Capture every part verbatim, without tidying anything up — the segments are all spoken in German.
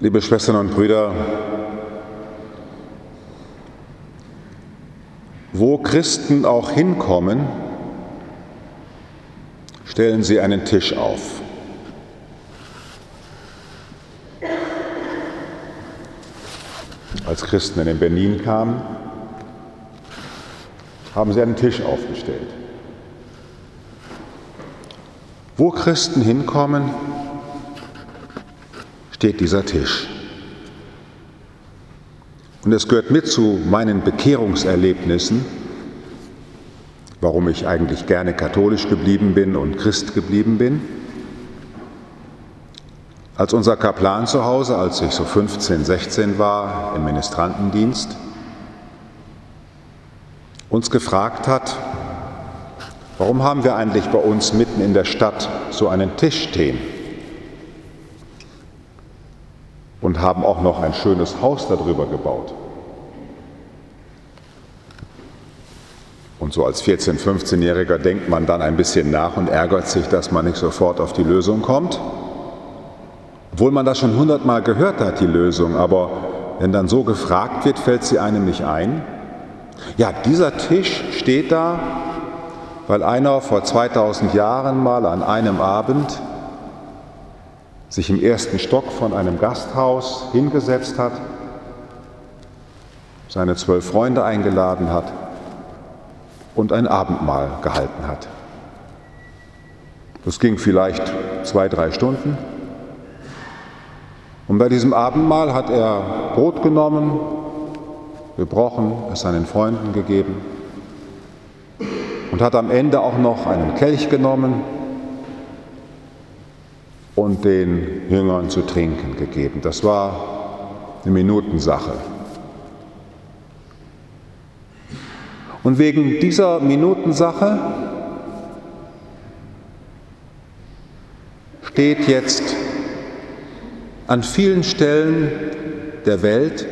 Liebe Schwestern und Brüder, wo Christen auch hinkommen, stellen sie einen Tisch auf. Als Christen in Benin kamen, haben sie einen Tisch aufgestellt. Wo Christen hinkommen, steht dieser Tisch. Und es gehört mit zu meinen Bekehrungserlebnissen, warum ich eigentlich gerne katholisch geblieben bin und Christ geblieben bin. Als unser Kaplan zu Hause, als ich so fünfzehn, sechzehn war, im Ministrantendienst, uns gefragt hat, warum haben wir eigentlich bei uns mitten in der Stadt so einen Tisch stehen und haben auch noch ein schönes Haus darüber gebaut. Und so als vierzehn-, fünfzehnjähriger denkt man dann ein bisschen nach und ärgert sich, dass man nicht sofort auf die Lösung kommt. Obwohl man das schon hundertmal gehört hat, die Lösung, aber wenn dann so gefragt wird, fällt sie einem nicht ein. Ja, dieser Tisch steht da, weil einer vor zweitausend Jahren mal an einem Abend sich im ersten Stock von einem Gasthaus hingesetzt hat, seine zwölf Freunde eingeladen hat und ein Abendmahl gehalten hat. Das ging vielleicht zwei, drei Stunden. Und bei diesem Abendmahl hat er Brot genommen, gebrochen, es seinen Freunden gegeben und hat am Ende auch noch einen Kelch genommen und den Jüngern zu trinken gegeben. Das war eine Minutensache. Und wegen dieser Minutensache steht jetzt an vielen Stellen der Welt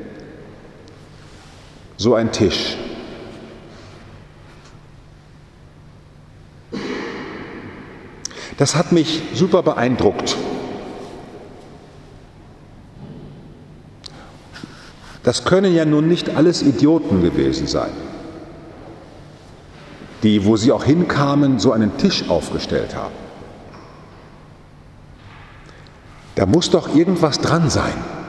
so ein Tisch. Das hat mich super beeindruckt. Das können ja nun nicht alles Idioten gewesen sein, die, wo sie auch hinkamen, so einen Tisch aufgestellt haben. Da muss doch irgendwas dran sein.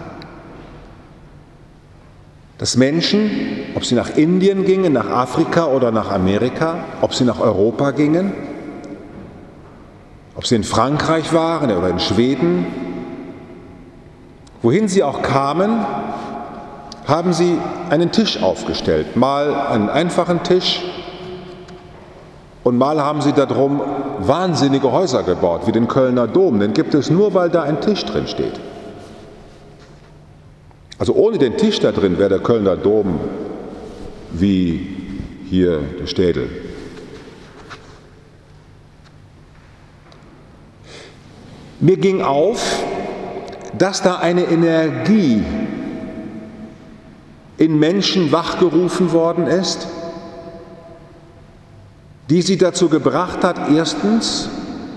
Dass Menschen, ob sie nach Indien gingen, nach Afrika oder nach Amerika, ob sie nach Europa gingen, ob sie in Frankreich waren oder in Schweden, wohin sie auch kamen, haben sie einen Tisch aufgestellt. Mal einen einfachen Tisch und mal haben sie darum wahnsinnige Häuser gebaut, wie den Kölner Dom. Den gibt es nur, weil da ein Tisch drin steht. Also ohne den Tisch da drin wäre der Kölner Dom wie hier der Städel. Mir ging auf, dass da eine Energie in Menschen wachgerufen worden ist, die sie dazu gebracht hat, erstens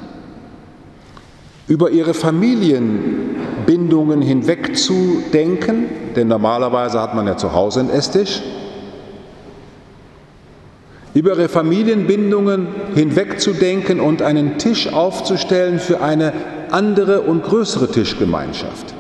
über ihre Familienbindungen hinwegzudenken, denn normalerweise hat man ja zu Hause einen Esstisch, über ihre Familienbindungen hinwegzudenken und einen Tisch aufzustellen für eine andere und größere Tischgemeinschaft.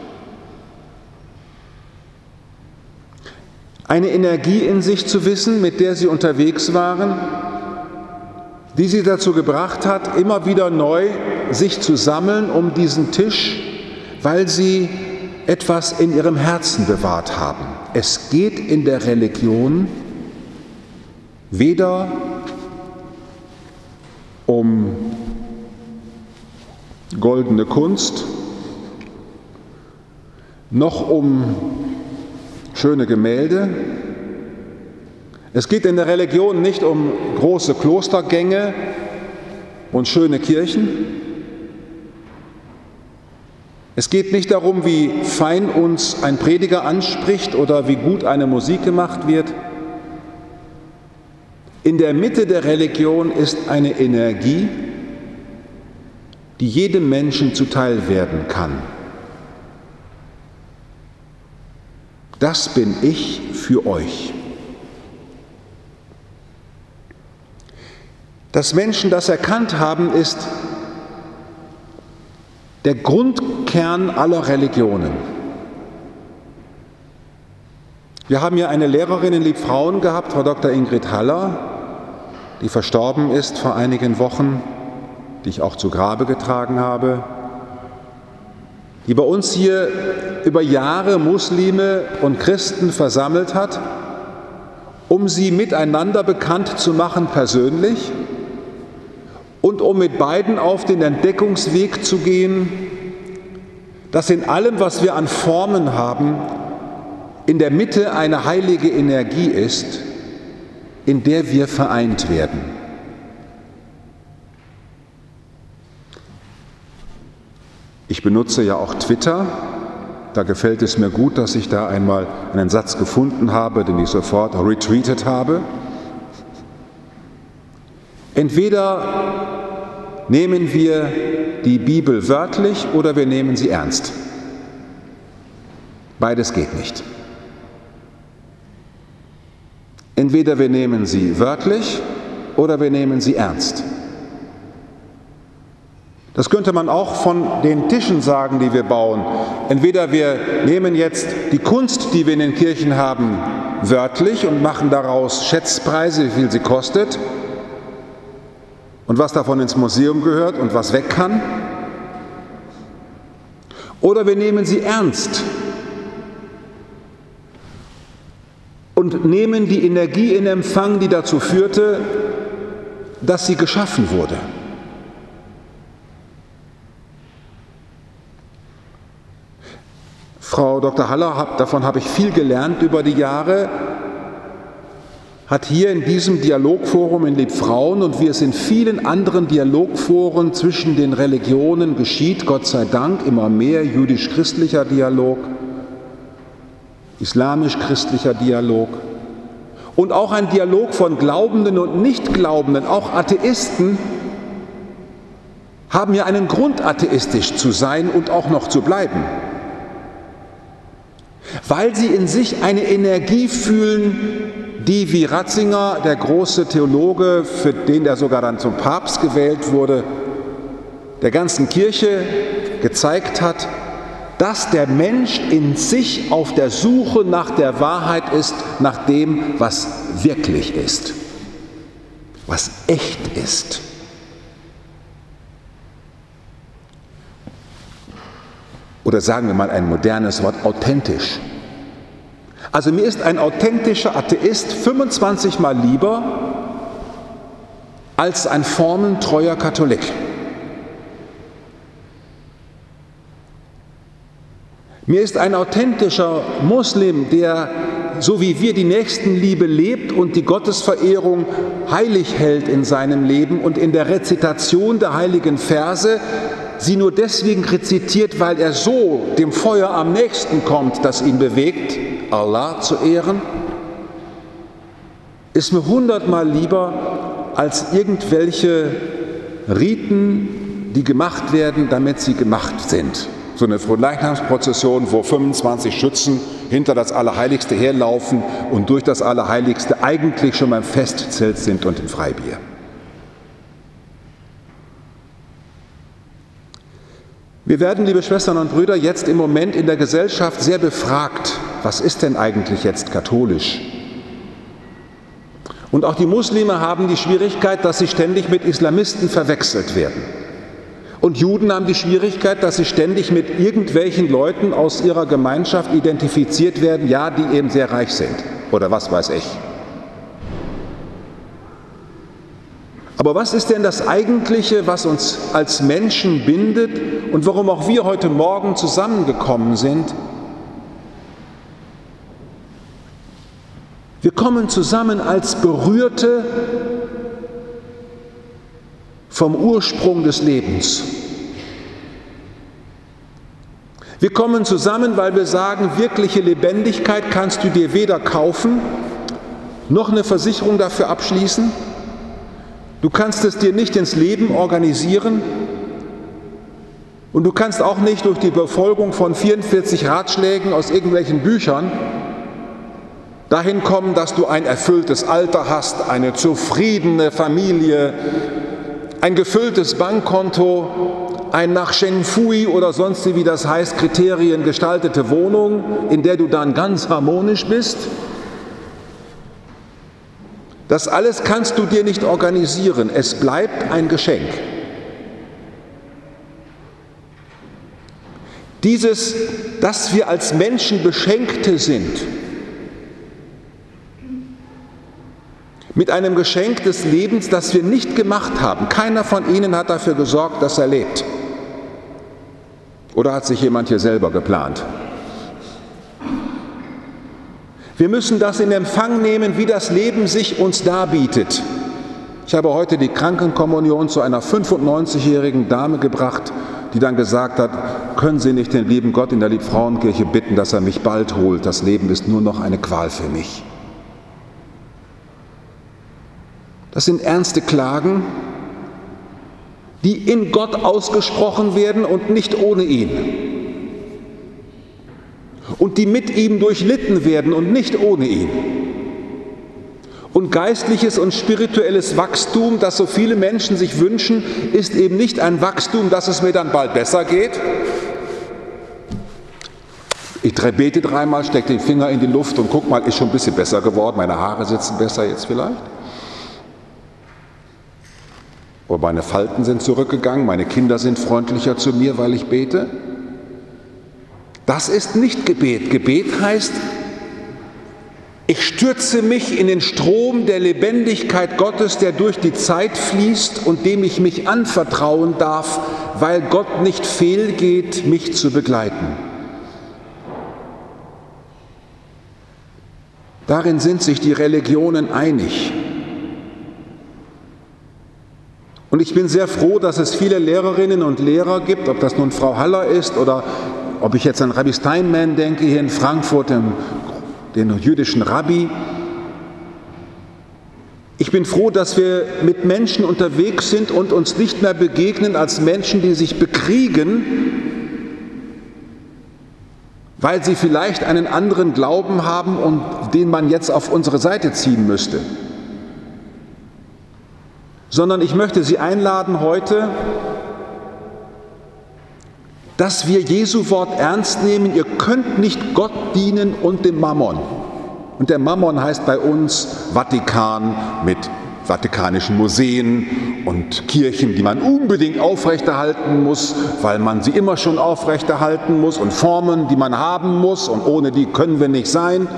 Eine Energie in sich zu wissen, mit der sie unterwegs waren, die sie dazu gebracht hat, immer wieder neu sich zu sammeln um diesen Tisch, weil sie etwas in ihrem Herzen bewahrt haben. Es geht in der Religion weder um goldene Kunst, noch um schöne Gemälde. Es geht in der Religion nicht um große Klostergänge und schöne Kirchen. Es geht nicht darum, wie fein uns ein Prediger anspricht oder wie gut eine Musik gemacht wird. In der Mitte der Religion ist eine Energie, die jedem Menschen zuteil werden kann. Das bin ich für euch. Dass Menschen das erkannt haben, ist der Grundkern aller Religionen. Wir haben ja eine Lehrerin in Liebfrauen gehabt, Frau Doktor Ingrid Haller, die verstorben ist vor einigen Wochen, die ich auch zu Grabe getragen habe, die bei uns hier über Jahre Muslime und Christen versammelt hat, um sie miteinander bekannt zu machen persönlich und um mit beiden auf den Entdeckungsweg zu gehen, dass in allem, was wir an Formen haben, in der Mitte eine heilige Energie ist, in der wir vereint werden. Ich benutze ja auch Twitter. Da gefällt es mir gut, dass ich da einmal einen Satz gefunden habe, den ich sofort retweetet habe. Entweder nehmen wir die Bibel wörtlich oder wir nehmen sie ernst. Beides geht nicht. Entweder wir nehmen sie wörtlich oder wir nehmen sie ernst. Das könnte man auch von den Tischen sagen, die wir bauen. Entweder wir nehmen jetzt die Kunst, die wir in den Kirchen haben, wörtlich und machen daraus Schätzpreise, wie viel sie kostet und was davon ins Museum gehört und was weg kann. Oder wir nehmen sie ernst und nehmen die Energie in Empfang, die dazu führte, dass sie geschaffen wurde. Frau Doktor Haller, davon habe ich viel gelernt über die Jahre, hat hier in diesem Dialogforum in Liebfrauen und wie es in vielen anderen Dialogforen zwischen den Religionen geschieht, Gott sei Dank immer mehr jüdisch-christlicher Dialog, islamisch-christlicher Dialog und auch ein Dialog von Glaubenden und Nichtglaubenden, auch Atheisten, haben ja einen Grund, atheistisch zu sein und auch noch zu bleiben. Weil sie in sich eine Energie fühlen, die, wie Ratzinger, der große Theologe, für den er sogar dann zum Papst gewählt wurde, der ganzen Kirche gezeigt hat, dass der Mensch in sich auf der Suche nach der Wahrheit ist, nach dem, was wirklich ist, was echt ist. Oder sagen wir mal ein modernes Wort, authentisch. Also mir ist ein authentischer Atheist fünfundzwanzig Mal lieber als ein formentreuer Katholik. Mir ist ein authentischer Muslim, der, so wie wir, die Nächstenliebe lebt und die Gottesverehrung heilig hält in seinem Leben und in der Rezitation der heiligen Verse sie nur deswegen rezitiert, weil er so dem Feuer am nächsten kommt, das ihn bewegt, Allah zu ehren, ist mir hundertmal lieber als irgendwelche Riten, die gemacht werden, damit sie gemacht sind. So eine Fronleichnamsprozession, wo fünfundzwanzig Schützen hinter das Allerheiligste herlaufen und durch das Allerheiligste eigentlich schon beim Festzelt sind und im Freibier. Wir werden, liebe Schwestern und Brüder, jetzt im Moment in der Gesellschaft sehr befragt, was ist denn eigentlich jetzt katholisch? Und auch die Muslime haben die Schwierigkeit, dass sie ständig mit Islamisten verwechselt werden. Und Juden haben die Schwierigkeit, dass sie ständig mit irgendwelchen Leuten aus ihrer Gemeinschaft identifiziert werden, ja, die eben sehr reich sind oder was weiß ich. Aber was ist denn das Eigentliche, was uns als Menschen bindet und warum auch wir heute Morgen zusammengekommen sind? Wir kommen zusammen als Berührte vom Ursprung des Lebens. Wir kommen zusammen, weil wir sagen, wirkliche Lebendigkeit kannst du dir weder kaufen, noch eine Versicherung dafür abschließen. Du kannst es dir nicht ins Leben organisieren und du kannst auch nicht durch die Befolgung von vierundvierzig Ratschlägen aus irgendwelchen Büchern Dahin kommen, dass du ein erfülltes Alter hast, eine zufriedene Familie, ein gefülltes Bankkonto, ein nach Shen Fui oder sonst wie das heißt, Kriterien gestaltete Wohnung, in der du dann ganz harmonisch bist. Das alles kannst du dir nicht organisieren. Es bleibt ein Geschenk. Dieses, dass wir als Menschen Beschenkte sind, mit einem Geschenk des Lebens, das wir nicht gemacht haben. Keiner von ihnen hat dafür gesorgt, dass er lebt. Oder hat sich jemand hier selber geplant? Wir müssen das in Empfang nehmen, wie das Leben sich uns darbietet. Ich habe heute die Krankenkommunion zu einer fünfundneunzigjährigen Dame gebracht, die dann gesagt hat, können Sie nicht den lieben Gott in der Liebfrauenkirche bitten, dass er mich bald holt. Das Leben ist nur noch eine Qual für mich. Das sind ernste Klagen, die in Gott ausgesprochen werden und nicht ohne ihn. Und die mit ihm durchlitten werden und nicht ohne ihn. Und geistliches und spirituelles Wachstum, das so viele Menschen sich wünschen, ist eben nicht ein Wachstum, dass es mir dann bald besser geht. Ich bete dreimal, stecke den Finger in die Luft und guck mal, ist schon ein bisschen besser geworden, meine Haare sitzen besser jetzt vielleicht. Oder meine Falten sind zurückgegangen, meine Kinder sind freundlicher zu mir, weil ich bete. Das ist nicht Gebet. Gebet heißt, ich stürze mich in den Strom der Lebendigkeit Gottes, der durch die Zeit fließt und dem ich mich anvertrauen darf, weil Gott nicht fehlgeht, mich zu begleiten. Darin sind sich die Religionen einig. Und ich bin sehr froh, dass es viele Lehrerinnen und Lehrer gibt, ob das nun Frau Haller ist oder ob ich jetzt an Rabbi Steinman denke, hier in Frankfurt, den, den jüdischen Rabbi. Ich bin froh, dass wir mit Menschen unterwegs sind und uns nicht mehr begegnen als Menschen, die sich bekriegen, weil sie vielleicht einen anderen Glauben haben und den man jetzt auf unsere Seite ziehen müsste. Sondern ich möchte Sie einladen heute, dass wir Jesu Wort ernst nehmen. Ihr könnt nicht Gott dienen und dem Mammon. Und der Mammon heißt bei uns Vatikan mit vatikanischen Museen und Kirchen, die man unbedingt aufrechterhalten muss, weil man sie immer schon aufrechterhalten muss, und Formen, die man haben muss, und ohne die können wir nicht sein.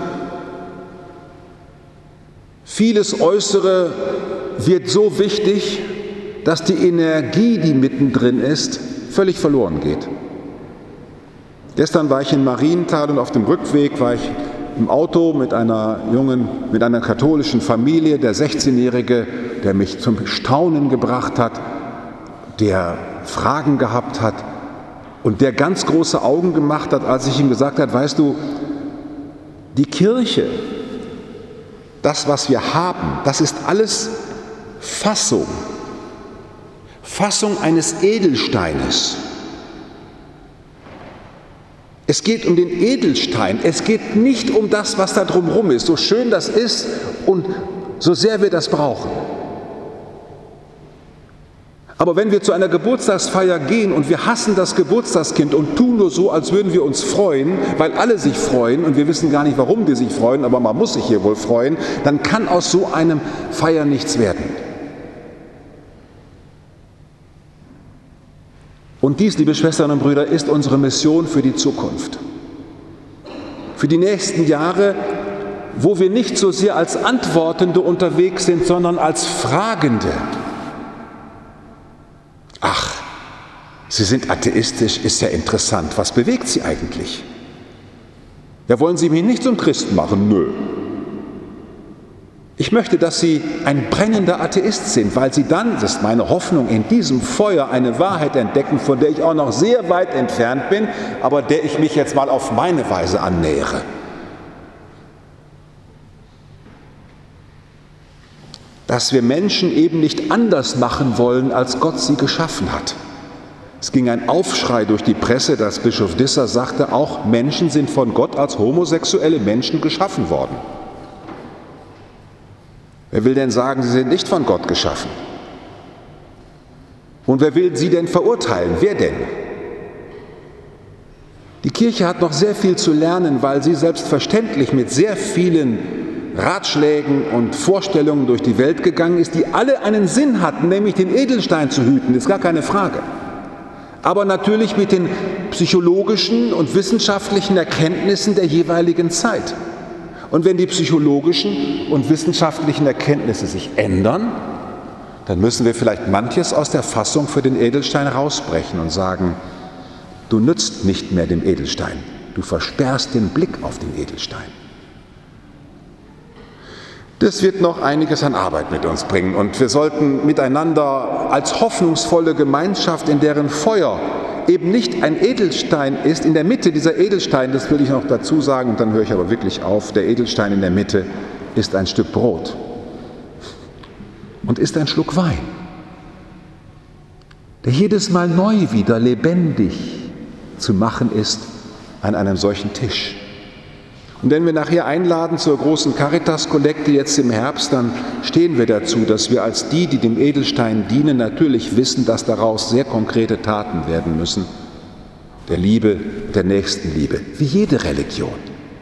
Vieles Äußere wird so wichtig, dass die Energie, die mittendrin ist, völlig verloren geht. Gestern war ich in Marienthal und auf dem Rückweg war ich im Auto mit einer jungen, mit einer katholischen Familie, der sechzehnjährige, der mich zum Staunen gebracht hat, der Fragen gehabt hat und der ganz große Augen gemacht hat, als ich ihm gesagt habe, weißt du, die Kirche, das, was wir haben, das ist alles Fassung, Fassung eines Edelsteines. Es geht um den Edelstein, es geht nicht um das, was da drumherum ist, so schön das ist und so sehr wir das brauchen. Aber wenn wir zu einer Geburtstagsfeier gehen und wir hassen das Geburtstagskind und tun nur so, als würden wir uns freuen, weil alle sich freuen und wir wissen gar nicht, warum die sich freuen, aber man muss sich hier wohl freuen, dann kann aus so einem Feier nichts werden. Und dies, liebe Schwestern und Brüder, ist unsere Mission für die Zukunft. Für die nächsten Jahre, wo wir nicht so sehr als Antwortende unterwegs sind, sondern als Fragende. Ach, Sie sind atheistisch, ist ja interessant. Was bewegt Sie eigentlich? Ja, wollen Sie mich nicht zum Christen machen? Nö. Ich möchte, dass Sie ein brennender Atheist sind, weil Sie dann, das ist meine Hoffnung, in diesem Feuer eine Wahrheit entdecken, von der ich auch noch sehr weit entfernt bin, aber der ich mich jetzt mal auf meine Weise annähere. Dass wir Menschen eben nicht anders machen wollen, als Gott sie geschaffen hat. Es ging ein Aufschrei durch die Presse, dass Bischof Disser sagte, auch Menschen sind von Gott als homosexuelle Menschen geschaffen worden. Wer will denn sagen, sie sind nicht von Gott geschaffen? Und wer will sie denn verurteilen? Wer denn? Die Kirche hat noch sehr viel zu lernen, weil sie selbstverständlich mit sehr vielen Ratschlägen und Vorstellungen durch die Welt gegangen ist, die alle einen Sinn hatten, nämlich den Edelstein zu hüten, ist gar keine Frage. Aber natürlich mit den psychologischen und wissenschaftlichen Erkenntnissen der jeweiligen Zeit. Und wenn die psychologischen und wissenschaftlichen Erkenntnisse sich ändern, dann müssen wir vielleicht manches aus der Fassung für den Edelstein rausbrechen und sagen, du nützt nicht mehr dem Edelstein, du versperrst den Blick auf den Edelstein. Das wird noch einiges an Arbeit mit uns bringen und wir sollten miteinander als hoffnungsvolle Gemeinschaft, in deren Feuer eben nicht ein Edelstein ist, in der Mitte dieser Edelstein, das will ich noch dazu sagen und dann höre ich aber wirklich auf, der Edelstein in der Mitte ist ein Stück Brot und ist ein Schluck Wein, der jedes Mal neu wieder lebendig zu machen ist an einem solchen Tisch. Und wenn wir nachher einladen zur großen Caritas-Kollekte jetzt im Herbst, dann stehen wir dazu, dass wir als die, die dem Edelstein dienen, natürlich wissen, dass daraus sehr konkrete Taten werden müssen, der Liebe, der Nächstenliebe, wie jede Religion.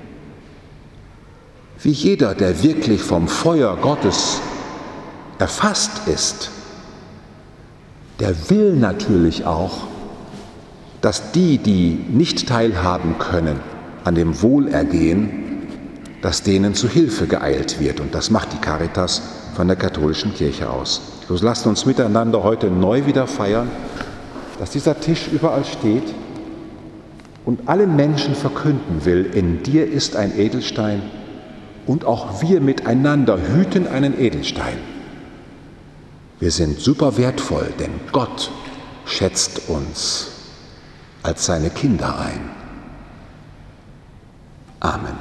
Wie jeder, der wirklich vom Feuer Gottes erfasst ist, der will natürlich auch, dass die, die nicht teilhaben können an dem Wohlergehen, dass denen zu Hilfe geeilt wird. Und das macht die Caritas von der katholischen Kirche aus. So lasst uns miteinander heute neu wieder feiern, dass dieser Tisch überall steht und allen Menschen verkünden will, in dir ist ein Edelstein und auch wir miteinander hüten einen Edelstein. Wir sind super wertvoll, denn Gott schätzt uns als seine Kinder ein. Amen.